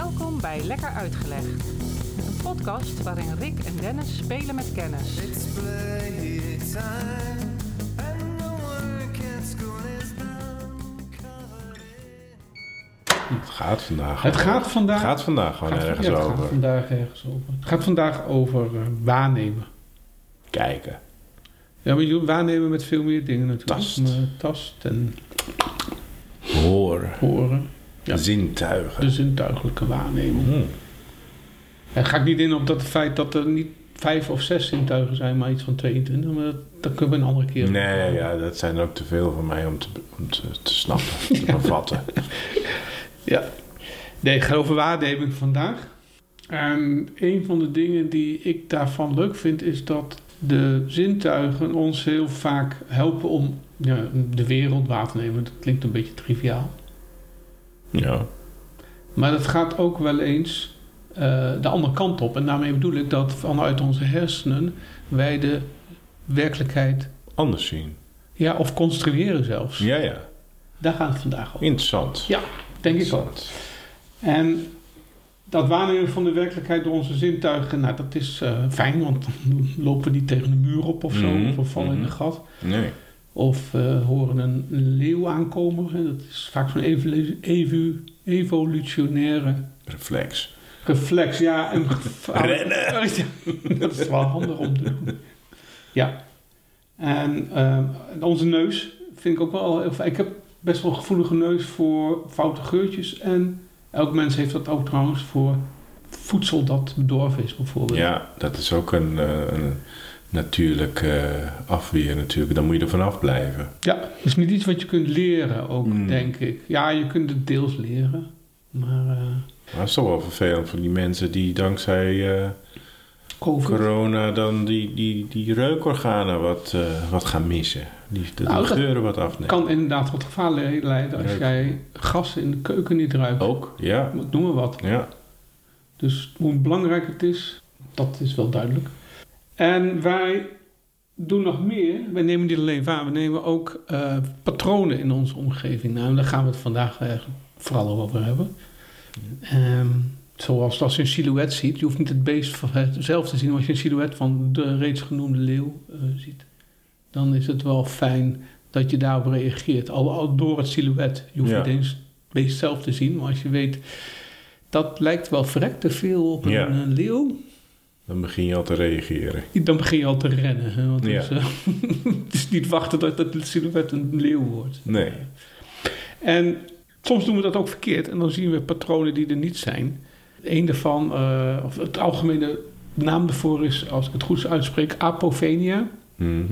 Welkom bij Lekker Uitgelegd. Een podcast waarin Rick en Dennis spelen met kennis. Het gaat vandaag. Het gaat vandaag gewoon ergens over. Het gaat vandaag over waarnemen. Kijken. Ja, maar je waarnemen met veel meer dingen natuurlijk. Tast En horen. Ja. Zintuigen. De zintuigelijke waarneming. Daar ga ik niet in op dat feit dat er niet 5 of 6 zintuigen zijn, maar iets van 22. Maar dat kunnen we een andere keer. Nee, ja, dat zijn ook te veel voor mij om te snappen, te bevatten. Ja. Nee, ik ga over waarneming vandaag. En een van de dingen die ik daarvan leuk vind, is dat de zintuigen ons heel vaak helpen om de wereld waar te nemen. Dat klinkt een beetje triviaal. Ja. Maar dat gaat ook wel eens de andere kant op. En daarmee bedoel ik dat vanuit onze hersenen wij de werkelijkheid Anders zien. Ja, of construeren zelfs. Ja. Daar gaat het vandaag over. Interessant. Ja, denk ik ook. En dat waarnemen van de werkelijkheid door onze zintuigen, nou, dat is fijn, want dan lopen we niet tegen de muur op of zo, of we vallen in een gat. Nee. Of horen een leeuw aankomen. Hè. Dat is vaak zo'n evolutionaire reflex, ja. En rennen! Dat is wel handig om te doen. Ja. En onze neus vind ik ook wel heel fijn. Ik heb best wel een gevoelige neus voor foute geurtjes. En elk mens heeft dat ook trouwens voor voedsel dat bedorven is bijvoorbeeld. Ja, dat is ook een natuurlijk afweer natuurlijk. Dan moet je er vanaf blijven. Ja, het is niet iets wat je kunt leren ook, denk ik. Ja, je kunt het deels leren. Maar het is toch wel vervelend voor die mensen die dankzij corona dan die reukorganen wat gaan missen. De geuren wat afnemen. Kan inderdaad tot gevaar leiden als jij gassen in de keuken niet ruikt. Ook, ja. Noem maar wat. Ja. Dus hoe belangrijk het is, dat is wel duidelijk. En wij doen nog meer. Wij nemen niet alleen waar, we nemen ook patronen in onze omgeving. Nou, daar gaan we het vandaag vooral over hebben. Zoals als je een silhouet ziet, je hoeft niet het beest zelf te zien, maar als je een silhouet van de reeds genoemde leeuw ziet, dan is het wel fijn dat je daarop reageert. Al door het silhouet. Je hoeft niet eens het beest zelf te zien, maar als je weet, dat lijkt wel verrekt te veel op een leeuw. Dan begin je al te reageren. Dan begin je al te rennen. Hè? Want het is niet wachten dat het silhouet een leeuw wordt. Nee. En soms doen we dat ook verkeerd. En dan zien we patronen die er niet zijn. Eén daarvan, of het algemene naam daarvoor is, als ik het goed uitspreek, apophenia. Mm-hmm.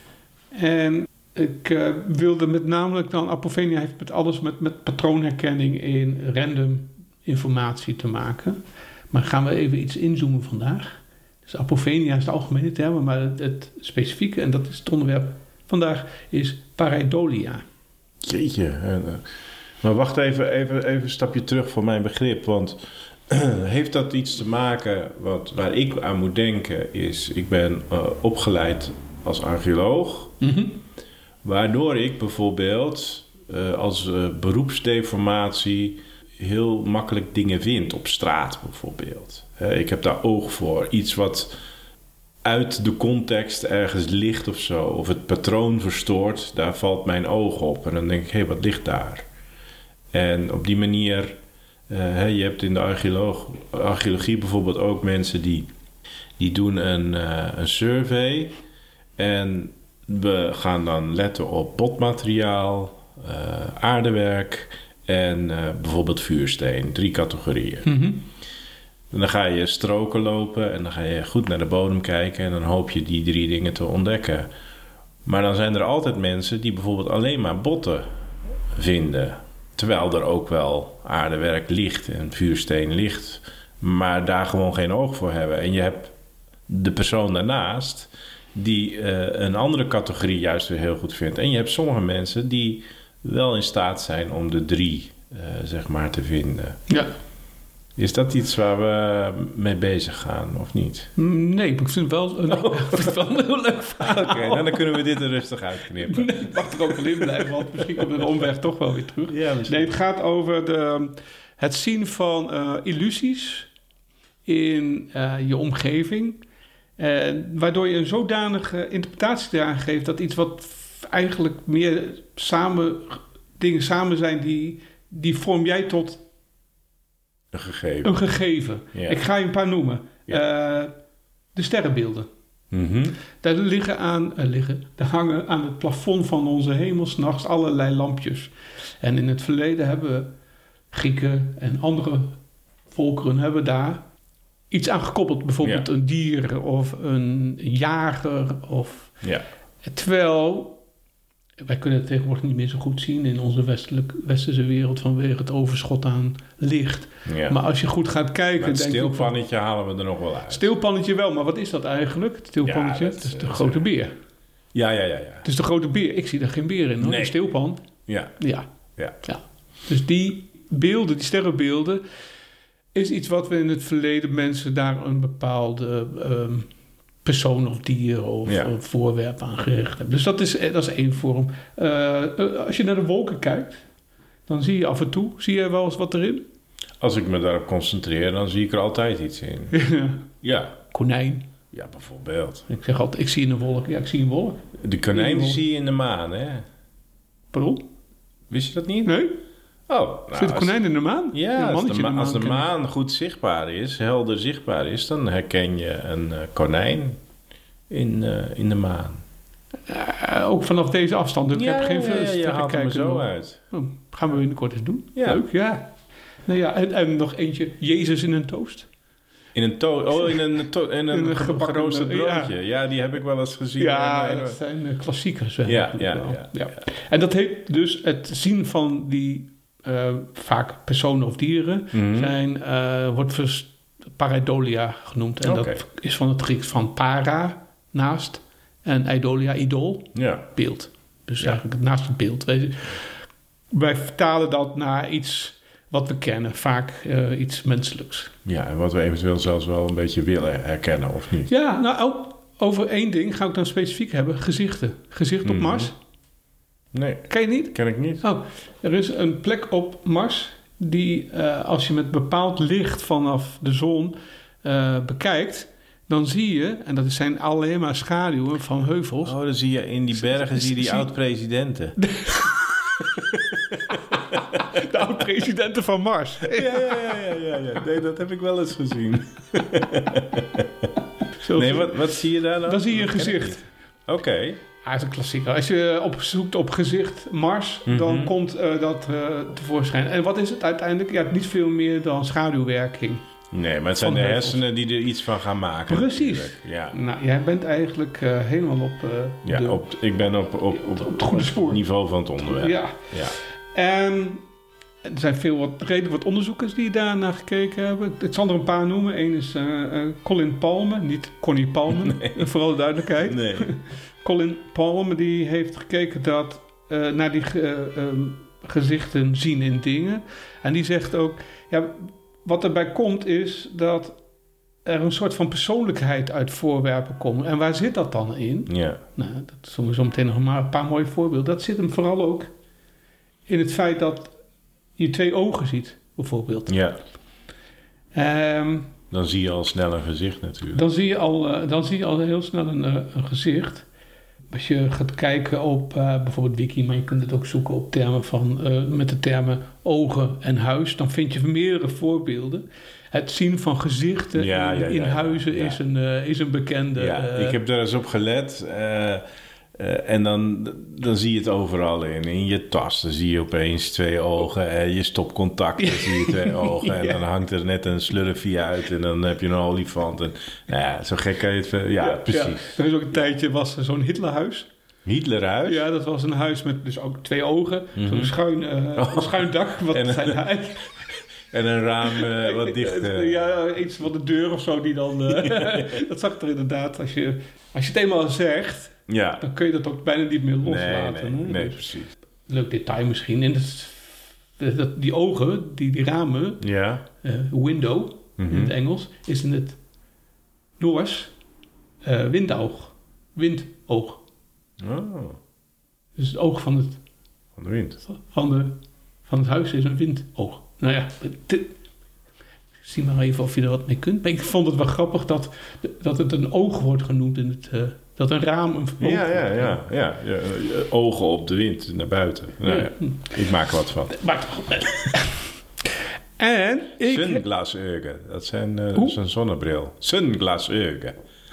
En ik wilde met namelijk dan, apophenia heeft met alles met patroonherkenning in random informatie te maken. Maar gaan we even iets inzoomen vandaag. Dus apophenia is de algemene term, maar het specifieke, en dat is het onderwerp vandaag, is pareidolia. Jeetje. Maar wacht even een stapje terug voor mijn begrip. Want heeft dat iets te maken, waar ik aan moet denken is, ik ben opgeleid als archeoloog. Mm-hmm. Waardoor ik bijvoorbeeld als beroepsdeformatie heel makkelijk dingen vind op straat bijvoorbeeld. Ik heb daar oog voor. Iets wat uit de context ergens ligt of zo. Of het patroon verstoort, daar valt mijn oog op. En dan denk ik, wat ligt daar? En op die manier, je hebt in de archeologie bijvoorbeeld ook mensen die doen een survey. En we gaan dan letten op botmateriaal, aardewerk en bijvoorbeeld vuursteen. 3 categorieën. Mm-hmm. En dan ga je stroken lopen en dan ga je goed naar de bodem kijken en dan hoop je die 3 dingen te ontdekken. Maar dan zijn er altijd mensen die bijvoorbeeld alleen maar botten vinden. Terwijl er ook wel aardewerk ligt en vuursteen ligt, maar daar gewoon geen oog voor hebben. En je hebt de persoon daarnaast die een andere categorie juist weer heel goed vindt. En je hebt sommige mensen die wel in staat zijn om de 3 zeg maar te vinden. Ja. Is dat iets waar we mee bezig gaan, of niet? Nee, ik vind het wel een heel leuk verhaal. Oké, nou, dan kunnen we dit er rustig uitknippen. Nee, mag er ook wel in blijven, want misschien komt de omweg toch wel weer terug. Ja, nee, het gaat over het zien van illusies in je omgeving. Waardoor je een zodanige interpretatie eraan geeft dat iets wat eigenlijk meer dingen samen zijn, die vorm jij tot een gegeven. Ja. Ik ga je een paar noemen. Ja. De sterrenbeelden. Mhm. Daar hangen aan het plafond van onze hemel 's nachts allerlei lampjes. En in het verleden hebben Grieken en andere volkeren hebben daar iets aan gekoppeld. Bijvoorbeeld een dier of een jager. Ja. Terwijl, wij kunnen het tegenwoordig niet meer zo goed zien in onze westerse wereld vanwege het overschot aan licht. Ja. Maar als je goed gaat kijken... Maar het denk stilpannetje halen we er nog wel uit. Stilpannetje wel, maar wat is dat eigenlijk? Het stilpannetje, Ja, het is de grote beer. Ja. Het is de grote beer. Ik zie daar geen beer in, hoor. Nee. Een stilpan. Ja. Ja. Dus die beelden, die sterrenbeelden, is iets wat we in het verleden mensen daar een bepaalde persoon of dier of voorwerp aan gericht hebben. Dus dat is één vorm. Als je naar de wolken kijkt, dan zie je af en toe, zie je wel eens wat erin? Als ik me daarop concentreer, dan zie ik er altijd iets in. Ja. Konijn. Ja, bijvoorbeeld. Ik zeg altijd, ik zie een wolk. Ja, ik zie een wolk. De konijn die zie je in de maan, hè? Pardon? Wist je dat niet? Nee? Oh, Zit een konijn in de maan? Ja, als de maan goed zichtbaar is, helder zichtbaar is, dan herken je een konijn in de maan. Ook vanaf deze afstand. Ik heb geen je haalt hem er zo uit. Oh, gaan we binnenkort eens doen. Ja. Leuk, ja. Nou ja, en nog eentje. Jezus in een toast. In een geroosterd broodje. Ja, die heb ik wel eens gezien. Ja, dat zijn klassiekers. Ja. En dat heet dus het zien van die vaak personen of dieren wordt pareidolia genoemd. En dat is van het Grieks van para, naast, en eidolia, idool, beeld. Dus eigenlijk naast het beeld. Wij vertalen dat naar iets wat we kennen, vaak iets menselijks. Ja, en wat we eventueel zelfs wel een beetje willen herkennen, of niet? Ja, nou, over één ding ga ik dan specifiek hebben. Gezichten. Gezicht op Mars. Nee. Ken je niet? Ken ik niet. Oh, er is een plek op Mars die, als je met bepaald licht vanaf de zon bekijkt, dan zie je, en dat zijn alleen maar schaduwen van heuvels. Oh, dan zie je in die bergen die oud-presidenten. De oud-presidenten van Mars. Ja. Nee, dat heb ik wel eens gezien. Nee, wat zie je daar dan? Dan zie je een gezicht. Oké. Dat is een klassieker. Als je zoekt op gezicht Mars, dan komt dat tevoorschijn. En wat is het uiteindelijk? Ja, niet veel meer dan schaduwwerking. Nee, maar het zijn de hersenen die er iets van gaan maken. Precies. Ja. Nou, jij bent eigenlijk helemaal ik ben op het goede spoor. Niveau van het onderwerp. Ja. En er zijn redelijk wat onderzoekers die daar naar gekeken hebben. Ik zal er een paar noemen. Eén is Colin Palmer, niet Connie Palmer, vooral de duidelijkheid. Nee. Colin Palmer die heeft gekeken naar die gezichten zien in dingen. En die zegt ook, wat erbij komt is dat er een soort van persoonlijkheid uit voorwerpen komt. En waar zit dat dan in? Ja. Nou, dat zullen we zo meteen nog maar een paar mooie voorbeelden. Dat zit hem vooral ook in het feit dat je 2 ogen ziet, bijvoorbeeld. Ja. Dan zie je al snel een gezicht natuurlijk. Dan zie je al heel snel een gezicht. Als je gaat kijken op bijvoorbeeld Wiki, maar je kunt het ook zoeken op termen met de termen ogen en huis, dan vind je meerdere voorbeelden. Het zien van gezichten in huizen is een bekende. Ja, ik heb daar eens op gelet. En dan zie je het overal in. In je tas, dan zie je opeens 2 ogen. En je stopcontact, dan zie je 2 ogen. En dan hangt er net een slurfje uit. En dan heb je een olifant. En, zo gek kan je het... Ja, precies. Ja. Er is ook een tijdje, was er zo'n Hitlerhuis. Hitlerhuis? Ja, dat was een huis met dus ook 2 ogen. Zo'n schuin dak. Wat zijn hij? En een raam wat dicht. Ja, iets van de deur of zo die dan... Dat zag er inderdaad. Als je het eenmaal zegt... Ja. Dan kun je dat ook bijna niet meer loslaten. Nee, precies. Leuk detail misschien. En die ogen, die ramen, window in het Engels, is in het Noors windoog. Windoog. Oh. Dus het oog van de wind. Van het huis is een windoog. Nou ja, zie maar even of je er wat mee kunt. Maar ik vond het wel grappig dat het een oog wordt genoemd in het... dat een raam een oog Ja. Ogen op de wind naar buiten. Nou, ik maak er wat van. Maar en Sunglasaugen. Dat zijn zo'n zonnebril. Sunglasaugen.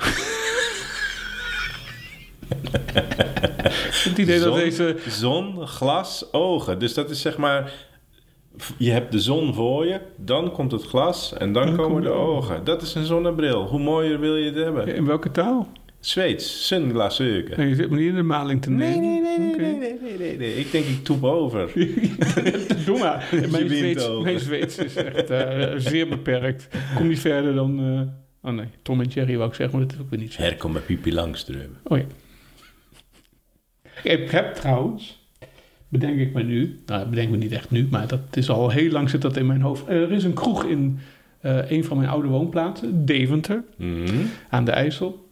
Het idee dat deze... Zon, glas, ogen. Dus dat is zeg maar... Je hebt de zon voor je, dan komt het glas en dan komen de ogen. Dat is een zonnebril. Hoe mooier wil je het hebben? In welke taal? Zweeds, sunglasaugen. Nee, je zit me niet in de maling te nemen. Nee. Ik denk, ik toep over. Doe maar. Mijn Zweeds is echt zeer beperkt. Kom niet verder dan... oh nee, Tom en Jerry wou ik zeggen, maar dat is ook weer niet zo. Herkom met Pipi Langström. Oh ja. Ik heb trouwens... Bedenk ik me nu, nou bedenk me niet echt nu, maar dat is al heel lang zit dat in mijn hoofd. Er is een kroeg in een van mijn oude woonplaatsen, Deventer, aan de IJssel.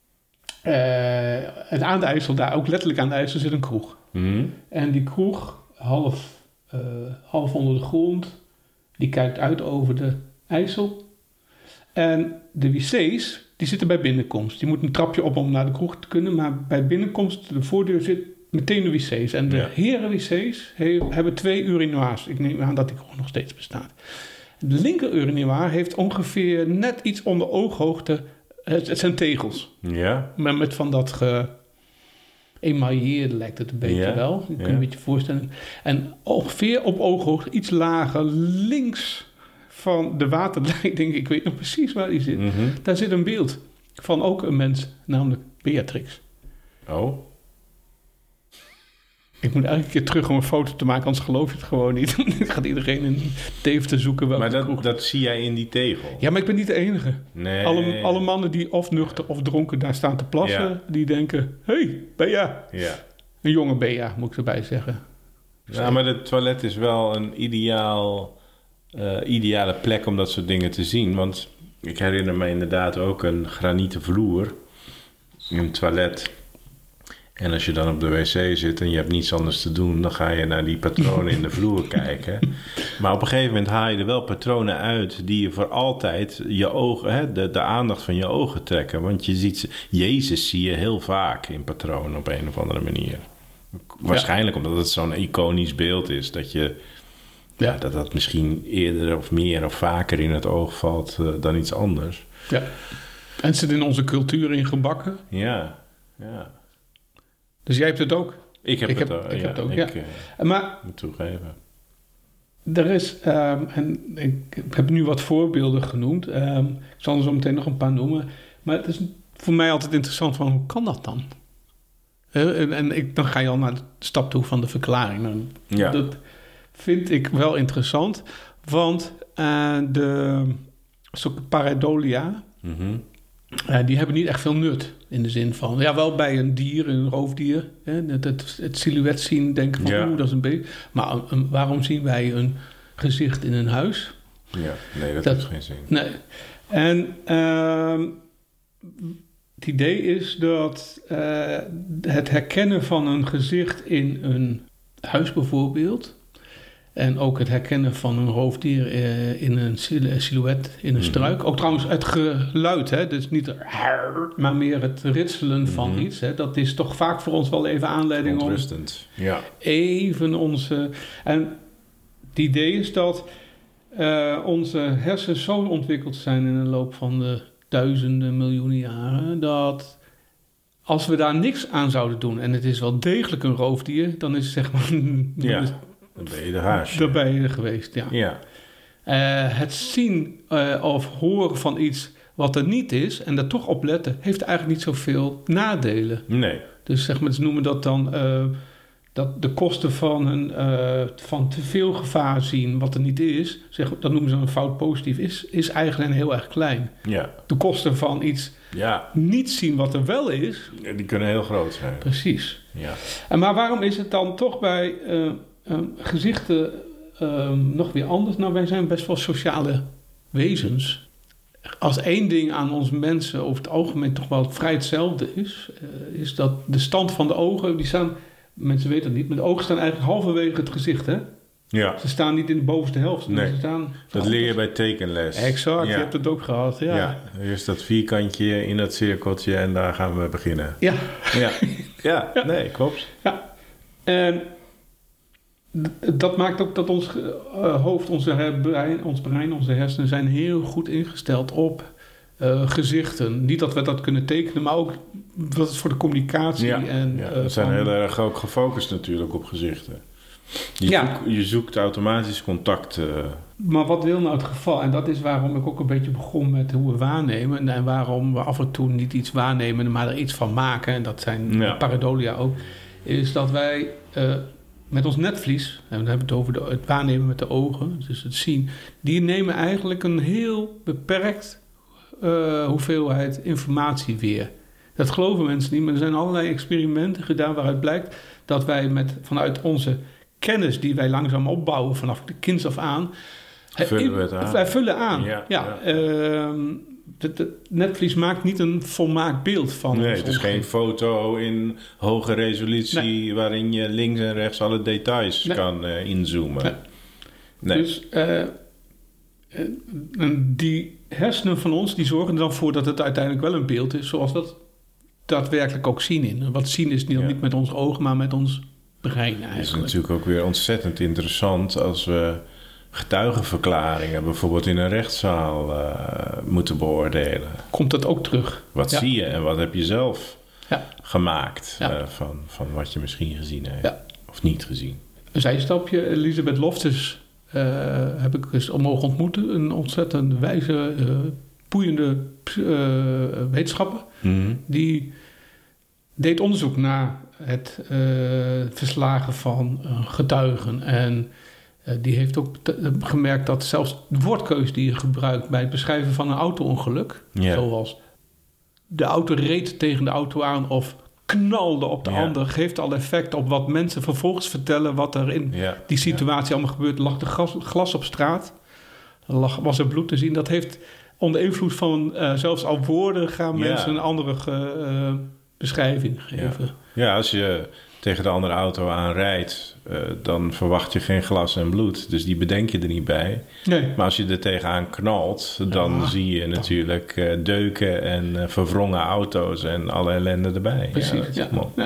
En aan de IJssel, daar ook letterlijk aan de IJssel zit een kroeg. En die kroeg, half onder de grond, die kijkt uit over de IJssel. En de wc's, die zitten bij binnenkomst. Je moet een trapje op om naar de kroeg te kunnen, maar bij binnenkomst, de voordeur zit... meteen de wc's. En de heren wc's hebben 2 urinoirs. Ik neem aan dat die gewoon nog steeds bestaat. De linker urinoir heeft ongeveer net iets onder ooghoogte. Het zijn tegels. Ja. Maar met van dat geëmailleerde lijkt het een beetje wel. Je kunt een beetje voorstellen. En ongeveer op ooghoogte, iets lager, links van de waterleiding. Ik weet nog precies waar die zit. Daar zit een beeld van ook een mens, namelijk Beatrix. Oh. Ik moet eigenlijk een keer terug om een foto te maken, anders geloof je het gewoon niet. Dan gaat iedereen in Deventer zoeken. Maar dat zie jij in die tegel? Ja, maar ik ben niet de enige. Nee. Alle mannen die of nuchter of dronken daar staan te plassen, die denken, hey, Bea. Ja. Een jonge Bea, moet ik erbij zeggen. Ja, maar het toilet is wel een ideale plek om dat soort dingen te zien. Want ik herinner me inderdaad ook een granieten vloer in een toilet. En als je dan op de wc zit en je hebt niets anders te doen, dan ga je naar die patronen in de vloer kijken. Maar op een gegeven moment haal je er wel patronen uit die je voor altijd je ogen, de aandacht van je ogen trekken. Want je ziet, Jezus zie je heel vaak in patronen op een of andere manier. Waarschijnlijk omdat het zo'n iconisch beeld is dat je... Ja, dat misschien eerder of meer of vaker in het oog valt dan iets anders. Ja. En het zit in onze cultuur ingebakken. Ja. Dus jij hebt het ook? Ik heb het ook, ja. Maar moet toegeven. Er is, en ik heb nu wat voorbeelden genoemd. Ik zal er zo meteen nog een paar noemen. Maar het is voor mij altijd interessant van, hoe kan dat dan? Dan ga je al naar de stap toe van de verklaring. Dat vind ik wel interessant. Want de pareidolia... die hebben niet echt veel nut. In de zin van, ja, wel bij een dier, een roofdier. Het silhouet zien, denken van, dat is een beetje... Maar waarom zien wij een gezicht in een huis? Ja, nee, dat heeft geen zin. Nee. En het idee is dat het herkennen van een gezicht in een huis bijvoorbeeld... En ook het herkennen van een roofdier in een silhouet, in een struik. Ook trouwens het geluid, dus niet maar meer het ritselen van iets. Dat is toch vaak voor ons wel even aanleiding ontrustend. Ja. Even onze... En het idee is dat onze hersens zo ontwikkeld zijn in de loop van de duizenden, miljoenen jaren... dat als we daar niks aan zouden doen en het is wel degelijk een roofdier... dan is het zeg maar... Dan ben je de haasje. Daar ben je geweest, ja. Het zien of horen van iets wat er niet is... en daar toch op letten, heeft eigenlijk niet zoveel nadelen. Nee. Dus zeg maar, ze noemen dat dan... dat de kosten van te veel gevaar zien wat er niet is... dat noemen ze een fout positief... is eigenlijk heel erg klein. Ja. De kosten van iets niet zien wat er wel is... Die kunnen heel groot zijn. Precies. Ja. Maar waarom is het dan toch bij... gezichten nog weer anders. Nou, wij zijn best wel sociale wezens. Als één ding aan ons mensen over het algemeen toch wel vrij hetzelfde is dat de stand van de ogen, die staan, mensen weten het niet, maar de ogen staan eigenlijk halverwege het gezicht, hè? Ja. Ze staan niet in de bovenste helft. Nee, ze staan dat leer je bij tekenles. Exact, je hebt het ook gehad. Ja. Eerst dat vierkantje in dat cirkeltje en daar gaan we beginnen. Ja. Ja, nee, klopt. Ja. En dat maakt ook dat ons hoofd, ons brein, onze hersenen zijn heel goed ingesteld op gezichten. Niet dat we dat kunnen tekenen, maar ook dat is voor de communicatie. We zijn heel erg ook gefocust natuurlijk op gezichten. Je zoekt automatisch contact. Maar wat wil nou het geval? En dat is waarom ik ook een beetje begon met hoe we waarnemen. En waarom we af en toe niet iets waarnemen, maar er iets van maken. En dat zijn pareidolia ook. Is dat wij met ons netvlies, en dan hebben we het over het waarnemen met de ogen, dus het zien. Die nemen eigenlijk een heel beperkt hoeveelheid informatie weer. Dat geloven mensen niet, maar er zijn allerlei experimenten gedaan waaruit blijkt dat wij vanuit onze kennis die wij langzaam opbouwen vanaf de kinds af aan, wij vullen aan. Het netvlies maakt niet een volmaakt beeld van. Nee, het is geen foto in hoge resolutie waarin je links en rechts alle details kan inzoomen. Nee. Dus die hersenen van ons die zorgen er dan voor dat het uiteindelijk wel een beeld is zoals dat daadwerkelijk ook zien in. Wat zien is niet met onze ogen, maar met ons brein eigenlijk. Het is natuurlijk ook weer ontzettend interessant als we getuigenverklaringen bijvoorbeeld in een rechtszaal moeten beoordelen. Komt dat ook terug? Wat zie je en wat heb je zelf gemaakt van wat je misschien gezien hebt of niet gezien? Een zijstapje, Elisabeth Loftus heb ik eens mogen ontmoeten. Een ontzettend wijze, boeiende wetenschapper. Mm-hmm. Die deed onderzoek naar het verslagen van getuigen. En die heeft ook gemerkt dat zelfs de woordkeus die je gebruikt bij het beschrijven van een auto-ongeluk, zoals de auto reed tegen de auto aan of knalde op de ander, geeft al effect op wat mensen vervolgens vertellen wat er in die situatie allemaal gebeurt. Lag er glas op straat, was er bloed te zien. Dat heeft onder invloed van zelfs al woorden gaan mensen een andere beschrijving geven. Ja, als je tegen de andere auto aanrijdt, dan verwacht je geen glas en bloed. Dus die bedenk je er niet bij. Nee. Maar als je er tegenaan knalt, dan zie je natuurlijk deuken en verwrongen auto's en alle ellende erbij. Precies,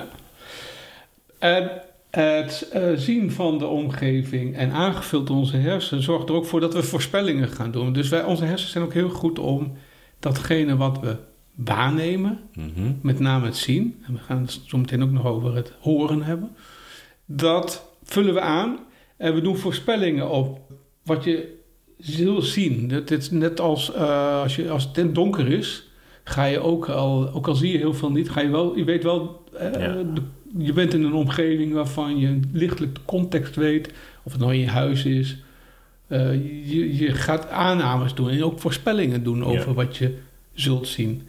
En het zien van de omgeving en aangevuld door onze hersenen zorgt er ook voor dat we voorspellingen gaan doen. Dus onze hersenen zijn ook heel goed om datgene wat we waarnemen, met name het zien, en we gaan het zo meteen ook nog over het horen hebben, dat vullen we aan en we doen voorspellingen op wat je zult zien. Dat is net als als het in het donker is, ga je ook al zie je heel veel niet, je weet wel, je bent in een omgeving waarvan je lichtelijk de context weet, of het nou in je huis is. Je gaat aannames doen en ook voorspellingen doen over wat je zult zien.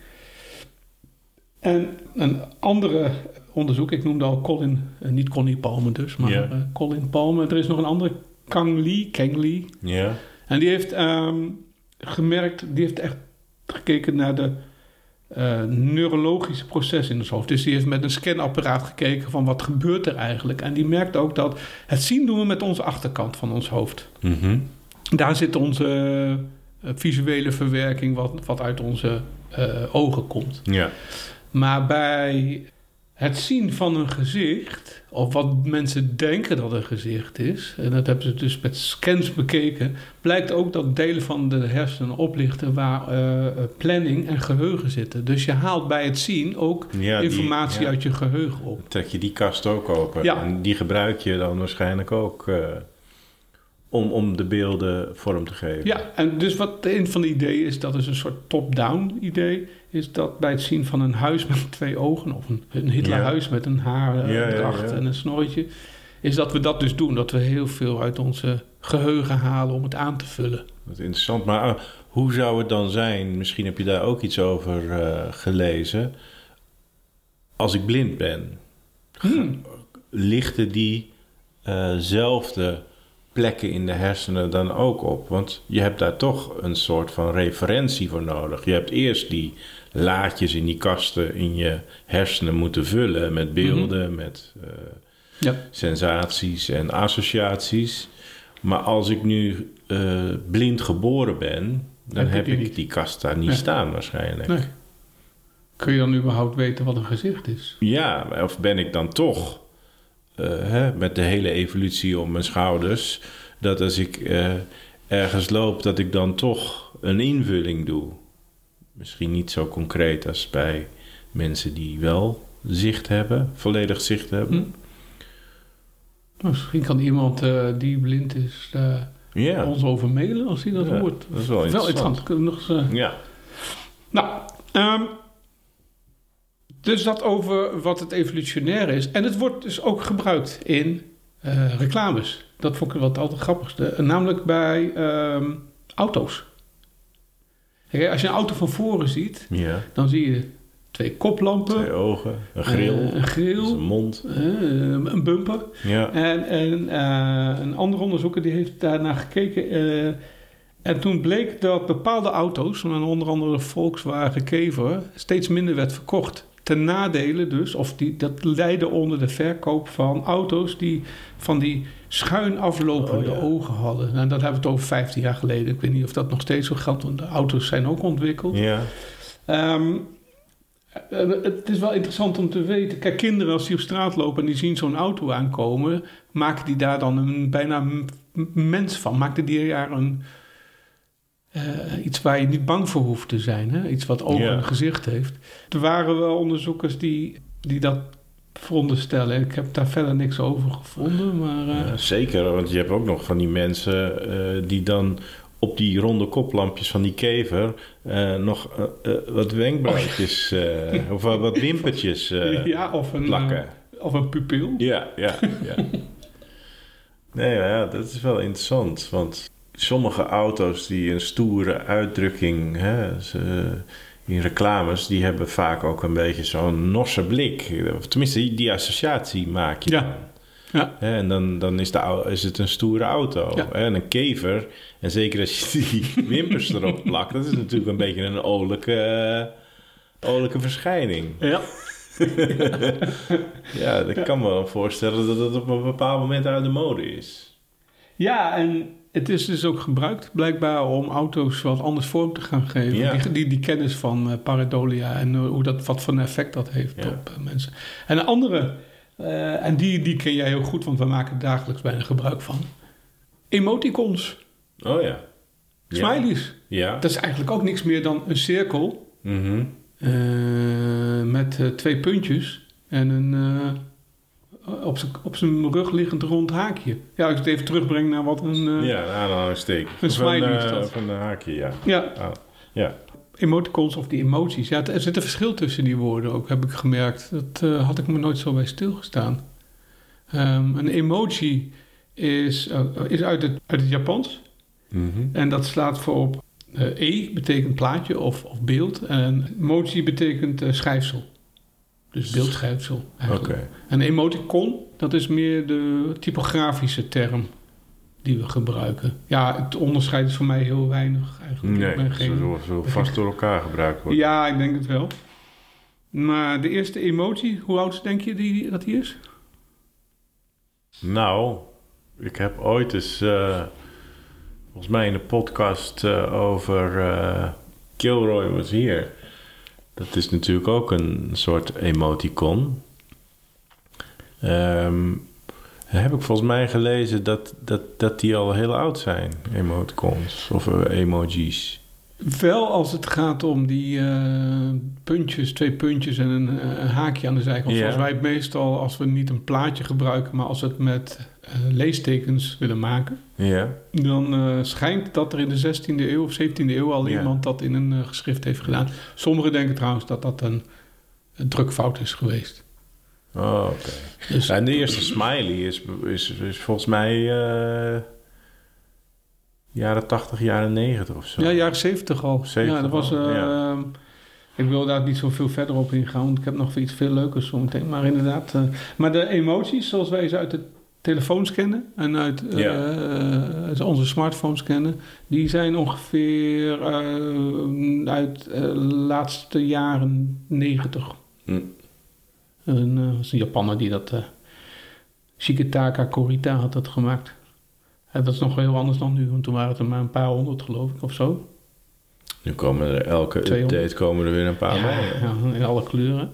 En een andere onderzoek, ik noemde al Colin, niet Connie Palmer dus, maar Colin Palmer. Er is nog een andere, Kang Lee. Ja. En die heeft die heeft echt gekeken naar de neurologische processen in ons hoofd. Dus die heeft met een scanapparaat gekeken van wat gebeurt er eigenlijk. En die merkt ook dat het zien doen we met onze achterkant van ons hoofd. Mm-hmm. Daar zit onze visuele verwerking wat uit onze ogen komt. Ja. Maar bij het zien van een gezicht, of wat mensen denken dat een gezicht is, en dat hebben ze dus met scans bekeken, blijkt ook dat delen van de hersenen oplichten waar planning en geheugen zitten. Dus je haalt bij het zien ook informatie uit je geheugen op. Trek je die kast ook open. Ja. En die gebruik je dan waarschijnlijk ook om de beelden vorm te geven. Ja, en dus wat een van de ideeën is, dat is een soort top-down idee, is dat bij het zien van een huis met 2 ogen, of een Hitlerhuis met een haardracht en een snorretje, is dat we dat dus doen. Dat we heel veel uit onze geheugen halen om het aan te vullen. Wat interessant, maar hoe zou het dan zijn, misschien heb je daar ook iets over gelezen, als ik blind ben? Lichten diezelfde plekken in de hersenen dan ook op? Want je hebt daar toch een soort van referentie voor nodig. Je hebt eerst die laadjes in die kasten in je hersenen moeten vullen met beelden, met sensaties en associaties. Maar als ik nu blind geboren ben, dan heb ik die kast daar niet staan waarschijnlijk. Nee. Kun je dan überhaupt weten wat een gezicht is? Ja, of ben ik dan toch met de hele evolutie om mijn schouders, dat als ik ergens loop, dat ik dan toch een invulling doe. Misschien niet zo concreet als bij mensen die wel zicht hebben, volledig zicht hebben. Misschien kan iemand die blind is ons over mailen als hij dat hoort. Dat is wel interessant. Ja. Nou, dus dat over wat het evolutionair is. En het wordt dus ook gebruikt in reclames. Dat vond ik wat altijd grappigste. Namelijk bij auto's. Kijk, als je een auto van voren ziet, dan zie je 2 koplampen. 2 ogen, een grill, een mond. Een bumper. Ja. En een andere onderzoeker die heeft daarnaar gekeken. En toen bleek dat bepaalde auto's, onder andere de Volkswagen Kever, steeds minder werd verkocht. Ten nadele dus, dat leidde onder de verkoop van auto's die van die schuin aflopende ogen hadden. Nou, dat hebben we het over 15 jaar geleden. Ik weet niet of dat nog steeds zo geldt, want de auto's zijn ook ontwikkeld. Ja. Het is wel interessant om te weten. Kijk, kinderen als die op straat lopen en die zien zo'n auto aankomen, maken die daar dan bijna mens van. Maakten die daar iets waar je niet bang voor hoeft te zijn. Hè? Iets wat ogen en gezicht heeft. Er waren wel onderzoekers die dat veronderstellen. Ik heb daar verder niks over gevonden. Maar, zeker, want je hebt ook nog van die mensen die dan op die ronde koplampjes van die Kever nog wat wenkbrauwtjes of wat wimpertjes plakken. Of een pupil. Ja. Nee, dat is wel interessant, want sommige auto's die een stoere uitdrukking, in reclames, die hebben vaak ook een beetje zo'n norse blik. Of tenminste, die associatie maak je dan. Ja. En dan is het een stoere auto. Ja. En een Kever, en zeker als je die wimpers erop plakt, dat is natuurlijk een beetje een olijke verschijning. Ja. Ja, ik kan me wel voorstellen dat het op een bepaald moment uit de mode is. Ja, en het is dus ook gebruikt blijkbaar om auto's wat anders vorm te gaan geven. Ja. Die kennis van pareidolia en wat voor een effect dat heeft op mensen. En een andere, en die ken jij heel goed, want we maken dagelijks bijna gebruik van. Emoticons. Oh ja. Smileys. Ja. Dat is eigenlijk ook niks meer dan een cirkel met 2 puntjes en een op zijn rug liggend rond haakje. Ja, als ik het even terugbreng naar wat een een aanhalingstekens. Een smiley is dat. Van een haakje, ja. Ja. Emoticons of die emoties. Ja, er zit een verschil tussen die woorden ook, heb ik gemerkt. Dat had ik me nooit zo bij stilgestaan. Een emoji is uit het Japans. En dat slaat voor op betekent plaatje of beeld. En emoji betekent schrijfsel. Dus beeldschrijfsel eigenlijk. Okay. En emoticon, dat is meer de typografische term die we gebruiken. Ja, het onderscheid is voor mij heel weinig eigenlijk. Nee, zo vast door elkaar gebruikt worden. Ja, ik denk het wel. Maar de eerste emoji, hoe oud denk je dat die is? Nou, ik heb ooit eens volgens mij in de podcast over Kilroy Was Here. Dat is natuurlijk ook een soort emoticon. Heb ik volgens mij gelezen dat die al heel oud zijn, emoticons of emojis. Wel als het gaat om die puntjes, 2 puntjes en een haakje aan de zijkant. Zoals wij het meestal, als we niet een plaatje gebruiken, maar als we het met leestekens willen maken. Ja. Dan schijnt dat er in de 16e eeuw of 17e eeuw al iemand dat in een geschrift heeft gedaan. Sommigen denken trouwens dat dat een drukfout is geweest. Oh, oké. Dus, en de eerste smiley is volgens mij jaren 80, jaren 90 of zo. Ja, jaren 70 al. 70 ja, dat was... Ik wil daar niet zo veel verder op ingaan, want ik heb nog iets veel leukers zo meteen. Maar inderdaad... maar de emoties, zoals wij ze uit de telefoons kennen en uit onze smartphones kennen, die zijn ongeveer uit de laatste jaren 90. Dat is een Japaner die dat... Shiketaka Kurita had dat gemaakt. En dat is nog heel anders dan nu, want toen waren het er maar een paar honderd, geloof ik, of zo. Nu komen er elke 200. update komen er weer een paar bij. Ja, in alle kleuren.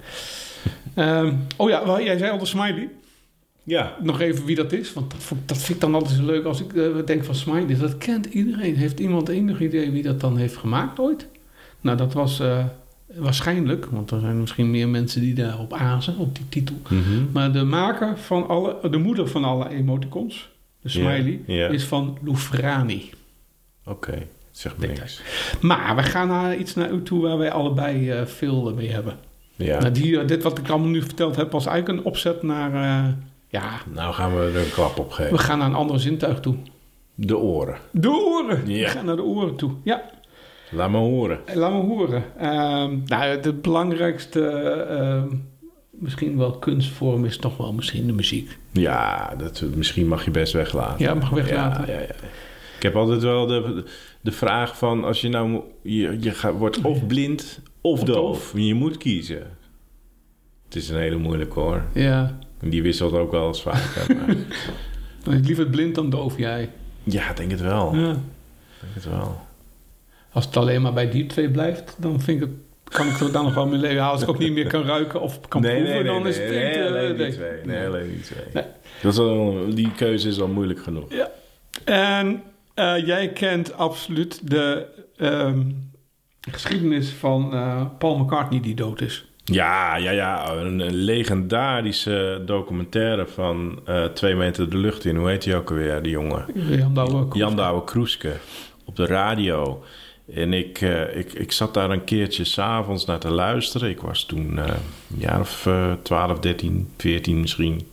Jij zei al de smiley. Ja. Nog even wie dat is, want dat vind ik dan altijd zo leuk als ik denk van smiley. Dat kent iedereen. Heeft iemand enig idee wie dat dan heeft gemaakt ooit? Nou, dat was waarschijnlijk, want er zijn misschien meer mensen die daarop azen, op die titel. Mm-hmm. Maar de maker van de moeder van alle emoticons, de smiley, is van Loufrani. Oké, zeg maar niks. Maar we gaan naar iets naar u toe waar wij allebei veel mee hebben. Ja. Nou, dit wat ik allemaal nu verteld heb, was eigenlijk een opzet naar... Nou gaan we er een klap op geven. We gaan naar een ander zintuig toe. De oren. De oren! Ja. We gaan naar de oren toe, ja. Laat me horen. Laat me horen. De belangrijkste, misschien wel kunstvorm is toch wel misschien de muziek. Ja, misschien mag je best weglaten. Ja, mag weglaten. Ja. Ik heb altijd wel de vraag van... als je nou... Je wordt of blind of doof. Je moet kiezen. Het is een hele moeilijke hoor. Ja. Die wisselt ook wel eens vaak. Maar... Dan is liever blind dan doof, jij. Ja, denk het wel. Ja. Denk het wel. Als het alleen maar bij die twee blijft, dan kan ik er dan nog wel mee leven. Als ik ook niet meer kan ruiken of kan proeven, dan is het blind. Alleen die twee. Nee. Die keuze is al moeilijk genoeg. Ja. En jij kent absoluut de geschiedenis van Paul McCartney die dood is. Ja. Een legendarische documentaire van 2 meter de lucht in. Hoe heet hij ook alweer, die jongen? Jan Douwe Kroeske. Op de radio. En ik zat daar een keertje 's avonds naar te luisteren. Ik was toen een jaar of 12, 13, 14 misschien.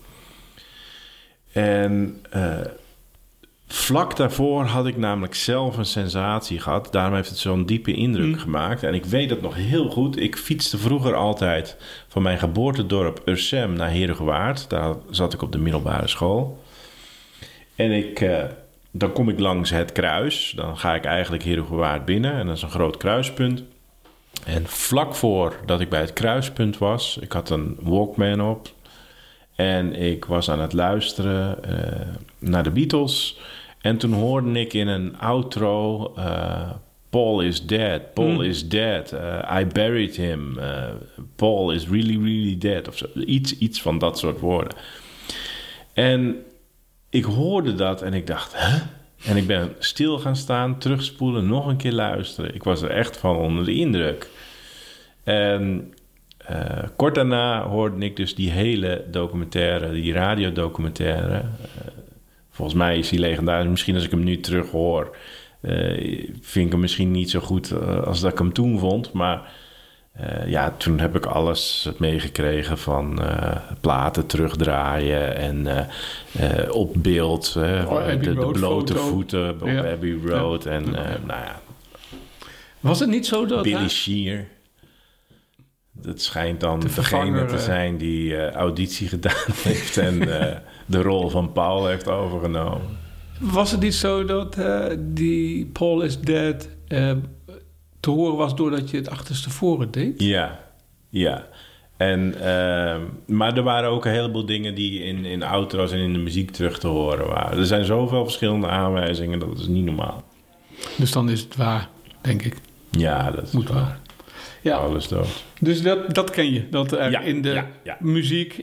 En vlak daarvoor had ik namelijk zelf een sensatie gehad. Daarom heeft het zo'n diepe indruk gemaakt. En ik weet het nog heel goed. Ik fietste vroeger altijd van mijn geboortedorp Ursem naar Heerhugowaard. Daar zat ik op de middelbare school. En dan kom ik langs het kruis. Dan ga ik eigenlijk Heerhugowaard binnen. En dat is een groot kruispunt. En vlak voordat ik bij het kruispunt was... ik had een Walkman op... en ik was aan het luisteren naar de Beatles... en toen hoorde ik in een outro... Paul is dead, Paul is dead... I buried him, Paul is really, really dead... of zo. Iets van dat soort woorden. En... ik hoorde dat en ik dacht, huh? En ik ben stil gaan staan, terugspoelen, nog een keer luisteren. Ik was er echt van onder de indruk. En kort daarna hoorde ik dus die hele documentaire, die radiodocumentaire. Volgens mij is die legendarisch. Misschien als ik hem nu terug hoor, vind ik hem misschien niet zo goed als dat ik hem toen vond. Maar toen heb ik alles meegekregen van platen terugdraaien en op beeld. De blote voeten op Abbey Road. En was het niet zo dat... Billy Shear. Dat schijnt dan degene te zijn die auditie gedaan heeft en de rol van Paul heeft overgenomen. Was het niet zo dat die Paul is Dead... te horen was doordat je het achterstevoren deed? Ja. En, maar er waren ook een heleboel dingen die in outro's en in de muziek terug te horen waren. Er zijn zoveel verschillende aanwijzingen, dat is niet normaal. Dus dan is het waar, denk ik. Ja, dat is waar. Ja. Alles dood. Dus dat ken je. Dat er in de muziek,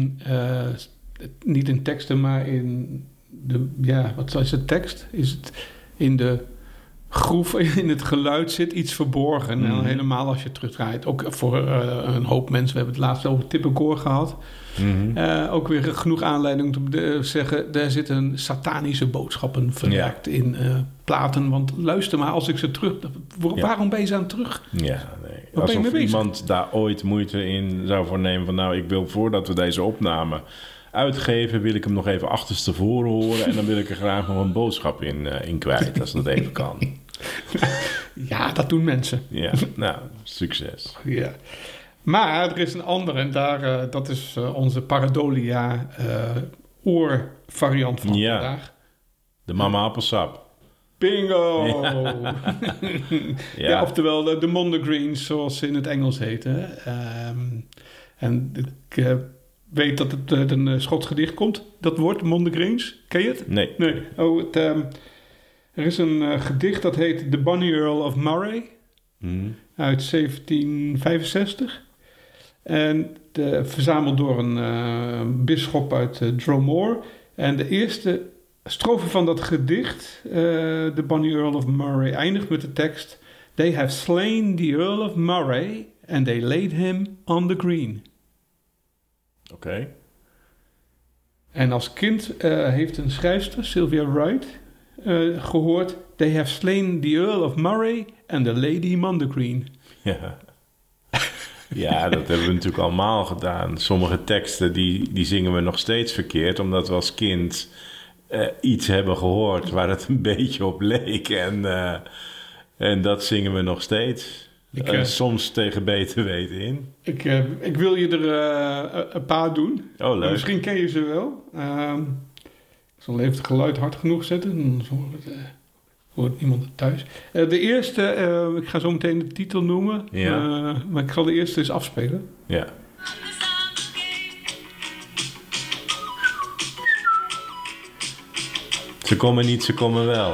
niet in teksten, maar in de... Ja, wat is het tekst? Is het in de... groef in het geluid zit iets verborgen. En helemaal als je terugdraait. Ook voor een hoop mensen. We hebben het laatst over Tippenkoor gehad. Ook weer genoeg aanleiding om te zeggen... daar zitten satanische boodschappen verwerkt in platen. Want luister maar, als ik ze terug... Waarom ben je ze aan terug? Ja, nee. Alsof iemand daar ooit moeite in zou voornemen... van nou, ik wil voordat we deze opname uitgeven... wil ik hem nog even achterstevoren horen... en dan wil ik er graag nog een boodschap in kwijt... als dat even kan. Ja, dat doen mensen. Ja, nou, succes. Ja. Maar er is een andere... en dat is onze Paradolia oorvariant van vandaag. De mama appelsap. Bingo! Ja, oftewel de Mondegreens, zoals ze in het Engels heten. En ik weet dat het uit een Schots gedicht komt. Dat woord, Mondegreens. Ken je het? Nee. Nee. Oh, er is een gedicht dat heet The Bonny Earl of Moray uit 1765. En verzameld door een bisschop uit Dromore. En de eerste strofe van dat gedicht, The Bonny Earl of Moray, eindigt met de tekst: They have slain the Earl of Moray and they laid him on the green. Oké. En als kind heeft een schrijfster, Sylvia Wright, gehoord: They have slain the Earl of Moray and the lady Mondegreen. Ja. Ja, dat hebben we natuurlijk allemaal gedaan. Sommige teksten die zingen we nog steeds verkeerd, omdat we als kind iets hebben gehoord waar het een beetje op leek. En dat zingen we nog steeds. Soms tegen beter weten in. Ik wil je er een paar doen. Oh, leuk. Misschien ken je ze wel. Ik zal even het geluid hard genoeg zetten. Dan hoort niemand het thuis. De eerste, ik ga zo meteen de titel noemen. Ja. Maar ik zal de eerste eens afspelen. Ja. Ze komen niet, ze komen wel.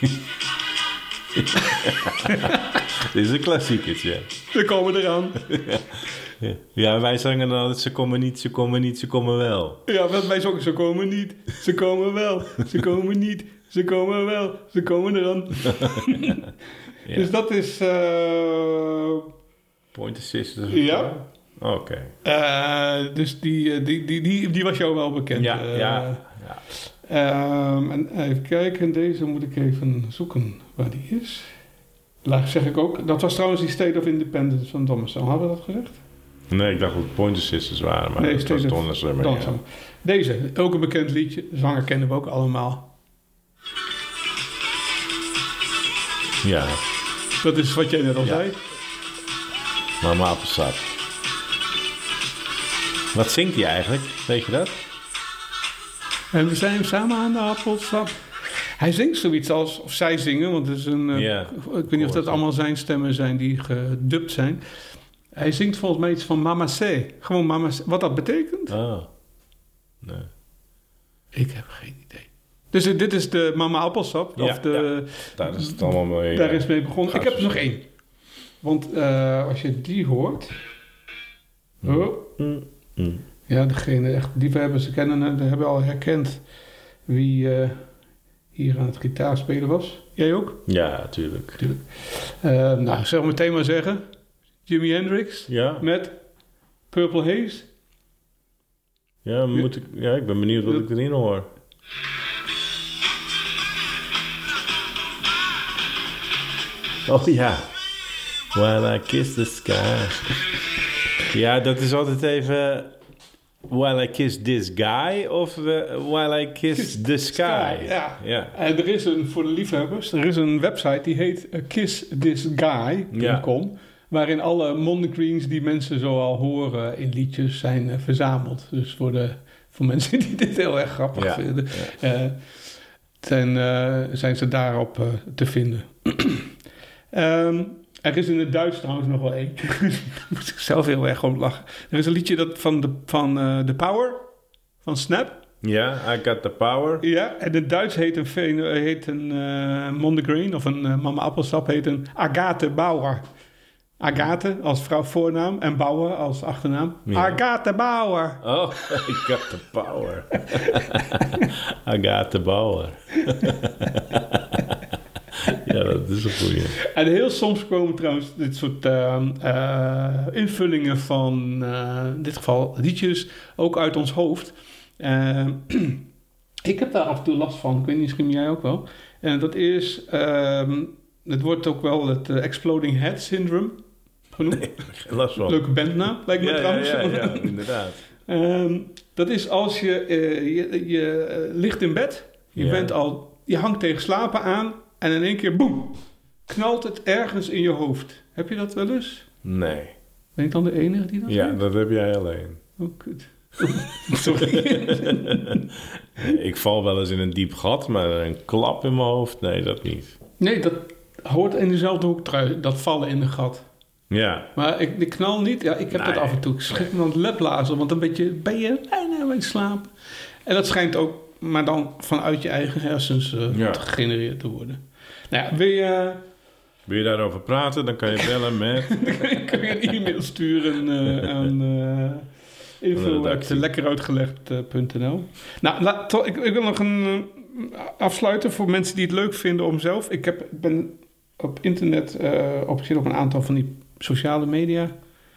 Dit is een klassiekertje. We komen eraan. Ja, wij zangen dan altijd: ze komen niet, ze komen niet, ze komen wel. Ja, wij zongen: ze komen niet, ze komen wel. Ze komen niet, ze komen wel. Ze komen eraan. Ja. Dus dat is... Pointer Sisters. Ja. Oké. Dus die was jou wel bekend. Ja. En even kijken, deze moet ik even zoeken waar die is. Zeg ik ook. Dat was trouwens die State of Independence van Dommerson. Hadden we dat gezegd? Nee, ik dacht dat het Pointer Sisters waren, maar Nee, dat was Donnerson. Ja. Deze, ook een bekend liedje. De zanger kennen we ook allemaal. Ja. Dat is wat jij net al zei. Mama Appelsap. Wat zingt hij eigenlijk? Weet je dat? En we zijn samen aan de appelsap. Hij zingt zoiets als, of zij zingen, want het is een... ik weet niet of dat allemaal zijn stemmen zijn die gedubt zijn. Hij zingt volgens mij iets van Mama C. Gewoon Mama C. Wat dat betekent? Oh. Nee. Ik heb geen idee. Dus dit is de Mama Appelsap. Ja, daar is het allemaal mee. Daar is mee begonnen. Ik heb er nog één. Want als je die hoort... Ja, degene echt liefhebbers kennen, hebben al herkend wie hier aan het gitaarspelen was. Jij ook? Ja, tuurlijk. Nou, zal ik meteen maar zeggen. Jimi Hendrix met Purple Haze. Ja, ik ben benieuwd wat ik erin hoor. Oh ja. While I Kiss the Sky. Ja, dat is altijd even... While I Kiss This Guy of While I Kiss the Sky. Ja. En er is voor de liefhebbers, er is een website die heet kissthisguy.com. Waarin alle Mondegreens die mensen zo al horen in liedjes zijn verzameld. Dus voor mensen die dit heel erg grappig vinden, zijn ze daarop te vinden. Er is in het Duits trouwens nog wel één. Daar moet ik zelf heel erg om lachen. Er is een liedje van The Power, van Snap. Ja, I Got The Power. Ja, en in het Duits heet een Mondegreen, of een Mama Appelsap, heet een Agathe Bauer. Agathe als vrouw voornaam en Bauer als achternaam. Ja. Agathe Bauer. Oh, I Got The Power. Agathe Bauer. Ja, dat is een goeie. En heel soms komen trouwens dit soort invullingen van, in dit geval liedjes, ook uit ons hoofd. Ik heb daar af en toe last van. Ik weet niet, misschien jij ook wel. En dat is, het wordt ook wel het Exploding Head Syndrome genoemd. Nee, geen last van. Leuke bandnaam, lijkt me trouwens. Ja, inderdaad. Dat is als je ligt in bed, je hangt tegen slapen aan en in één keer, boem, knalt het ergens in je hoofd. Heb je dat wel eens? Nee. Ben ik dan de enige die dat heeft? Dat heb jij alleen. Oh, kut. Sorry. Ik val wel eens in een diep gat, maar een klap in mijn hoofd, nee, dat niet. Nee, dat hoort in dezelfde hoek, dat vallen in een gat. Ja. Maar ik knal niet. Ja, ik heb dat af en toe. Ik schrik me aan het leplazen, want dan ben je bijna aan het slapen. En dat schijnt ook maar dan vanuit je eigen hersens gegenereerd te worden. Nou ja, Wil je daarover praten, dan kan je bellen met... kun je een e-mail sturen aan info@lekkeruitgelegd.nl. Nou, ik wil nog een afsluiten voor mensen die het leuk vinden om zelf... Ik ben op internet zit op een aantal van die sociale media.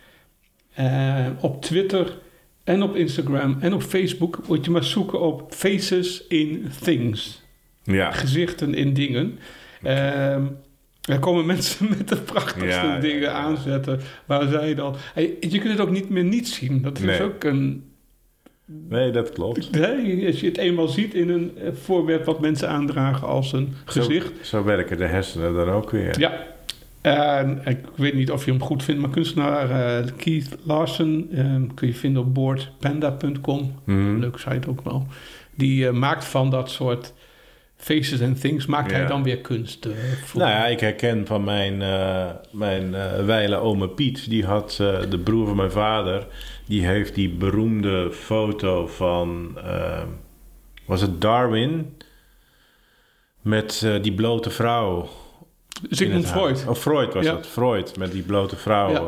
Op Twitter en op Instagram en op Facebook moet je maar zoeken op Faces in Things. Ja. Gezichten in dingen. Er komen mensen met de prachtigste dingen aanzetten. Waar zij dan... je kunt het ook niet meer niet zien. Dat is ook een... Nee, dat klopt. Nee, als je het eenmaal ziet in een voorwerp wat mensen aandragen als een gezicht. Zo werken de hersenen dan ook weer. Ja. Ik weet niet of je hem goed vindt, maar kunstenaar Keith Larson kun je vinden op boardpanda.com. Leuke site ook wel. Die maakt van dat soort faces and things, hij dan weer kunst. Ik herken van mijn wijle ome Piet, die had de broer van mijn vader, die heeft die beroemde foto van, was het Darwin? Met die blote vrouw. Sigmund Freud. Of Freud was het. Freud, met die blote vrouw.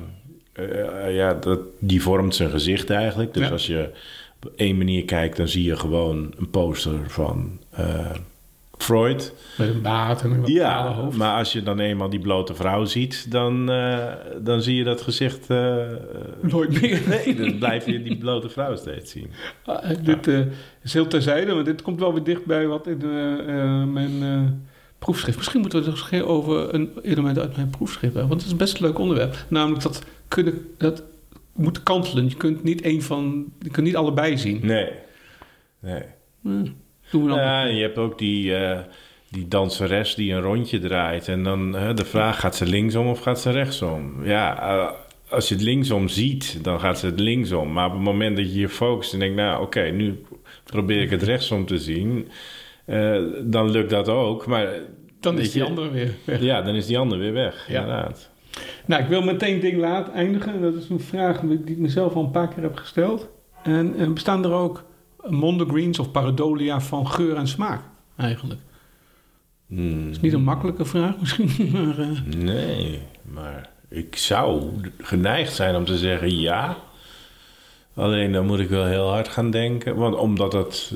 Die vormt zijn gezicht eigenlijk. Dus als je op één manier kijkt, dan zie je gewoon een poster van Freud. Met een baard en een kale hoofd. Maar als je dan eenmaal die blote vrouw ziet, dan zie je dat gezicht... nooit meer. Nee, dan blijf je die blote vrouw steeds zien. Dit is heel terzijde, maar dit komt wel weer dichtbij wat in mijn... proefschrift. Misschien moeten we het nog eens over een element uit mijn proefschrift hebben. Want het is best een leuk onderwerp. Namelijk dat moet kantelen. Je kunt niet allebei zien. Nee. Doen we dan je hebt ook die danseres die een rondje draait. En dan de vraag, gaat ze linksom of gaat ze rechtsom? Ja, als je het linksom ziet, dan gaat ze het linksom. Maar op het moment dat je je focust en denkt... nu probeer ik het rechtsom te zien... dan lukt dat ook, maar... Dan is die andere weer weg. Ja, dan is die andere weer weg, inderdaad. Nou, ik wil meteen ding laat eindigen. Dat is een vraag die ik mezelf al een paar keer heb gesteld. En bestaan er ook mondegreens of pareidolia van geur en smaak, eigenlijk? Dat is niet een makkelijke vraag misschien, maar... Nee, maar ik zou geneigd zijn om te zeggen ja. Alleen dan moet ik wel heel hard gaan denken. Want omdat dat...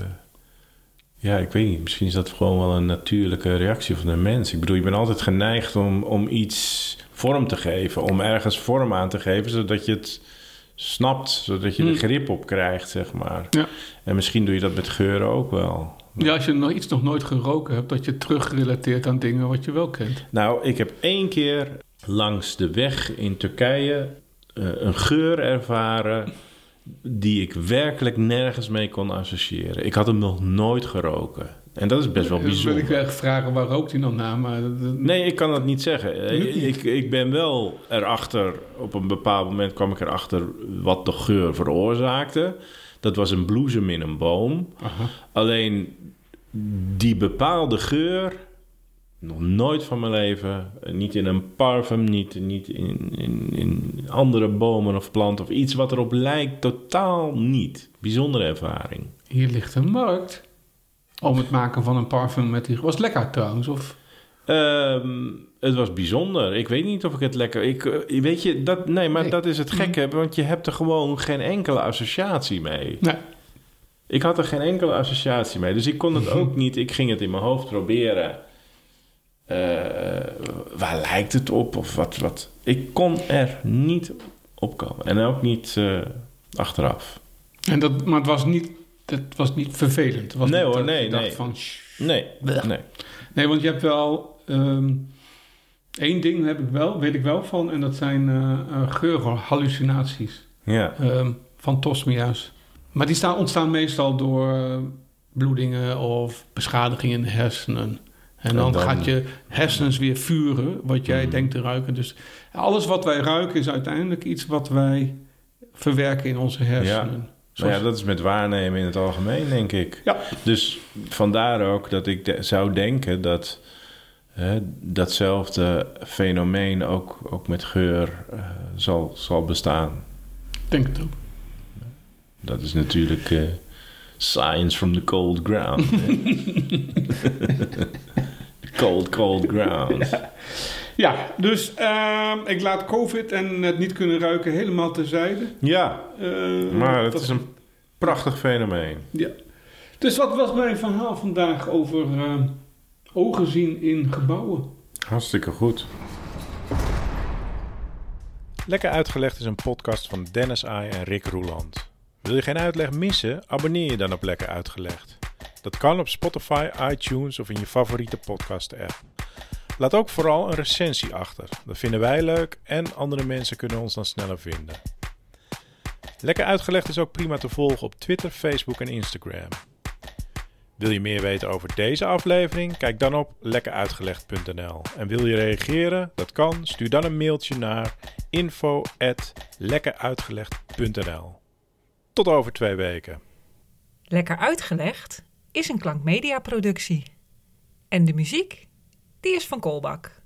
ik weet niet. Misschien is dat gewoon wel een natuurlijke reactie van de mens. Ik bedoel, je bent altijd geneigd om iets vorm te geven. Om ergens vorm aan te geven, zodat je het snapt. Zodat je er grip op krijgt, zeg maar. Ja. En misschien doe je dat met geuren ook wel. Ja, als je nog nooit geroken hebt, dat je terugrelateert aan dingen wat je wel kent. Nou, ik heb 1 keer langs de weg in Turkije een geur ervaren... die ik werkelijk nergens mee kon associëren. Ik had hem nog nooit geroken. En dat is best wel bijzonder. Dan wil ik echt vragen, waar rookt hij dan naar? Maar nee, ik kan dat niet zeggen. Ik ben wel erachter... Op een bepaald moment kwam ik erachter... wat de geur veroorzaakte. Dat was een bloesem in een boom. Aha. Alleen die bepaalde geur... nog nooit van mijn leven... niet in een parfum, niet in andere bomen of planten... of iets wat erop lijkt, totaal niet. Bijzondere ervaring. Hier ligt een markt... om het maken van een parfum met die... Was het lekker trouwens, of... Het was bijzonder. Ik weet niet of ik het lekker... weet je, dat is het gekke. Want je hebt er gewoon geen enkele associatie mee. Nee. Ik had er geen enkele associatie mee. Dus ik kon het ook niet... Ik ging het in mijn hoofd proberen... waar lijkt het op? Of wat? Ik kon er niet op komen. En ook niet achteraf. Maar het was niet vervelend. Het was nee niet hoor, nee. Dacht van, nee. Nee, want je hebt wel... 1 ding weet ik wel van... en dat zijn geurhallucinaties. Ja. Van tosmia's. Maar die ontstaan meestal door bloedingen... of beschadigingen in de hersenen... En dan gaat je hersens weer vuren, wat jij denkt te ruiken. Dus alles wat wij ruiken is uiteindelijk iets wat wij verwerken in onze hersenen. Ja, dat is met waarnemen in het algemeen, denk ik. Ja. Dus vandaar ook dat ik zou denken dat datzelfde fenomeen ook met geur zal bestaan. Denk het ook. Dat is natuurlijk Science from the cold ground. Cold ground. Ja, dus ik laat COVID en het niet kunnen ruiken helemaal terzijde. Ja, maar het is een prachtig fenomeen. Ja. Dus wat was mijn verhaal vandaag over ogen zien in gebouwen? Hartstikke goed. Lekker Uitgelegd is een podcast van Dennis Ai en Rick Roeland. Wil je geen uitleg missen? Abonneer je dan op Lekker Uitgelegd. Dat kan op Spotify, iTunes of in je favoriete podcast-app. Laat ook vooral een recensie achter. Dat vinden wij leuk en andere mensen kunnen ons dan sneller vinden. Lekker Uitgelegd is ook prima te volgen op Twitter, Facebook en Instagram. Wil je meer weten over deze aflevering? Kijk dan op lekkeruitgelegd.nl. En wil je reageren? Dat kan. Stuur dan een mailtje naar info@lekkeruitgelegd.nl. Tot over 2 weken. Lekker Uitgelegd is een klankmedia productie. En de muziek, die is van Kolbak.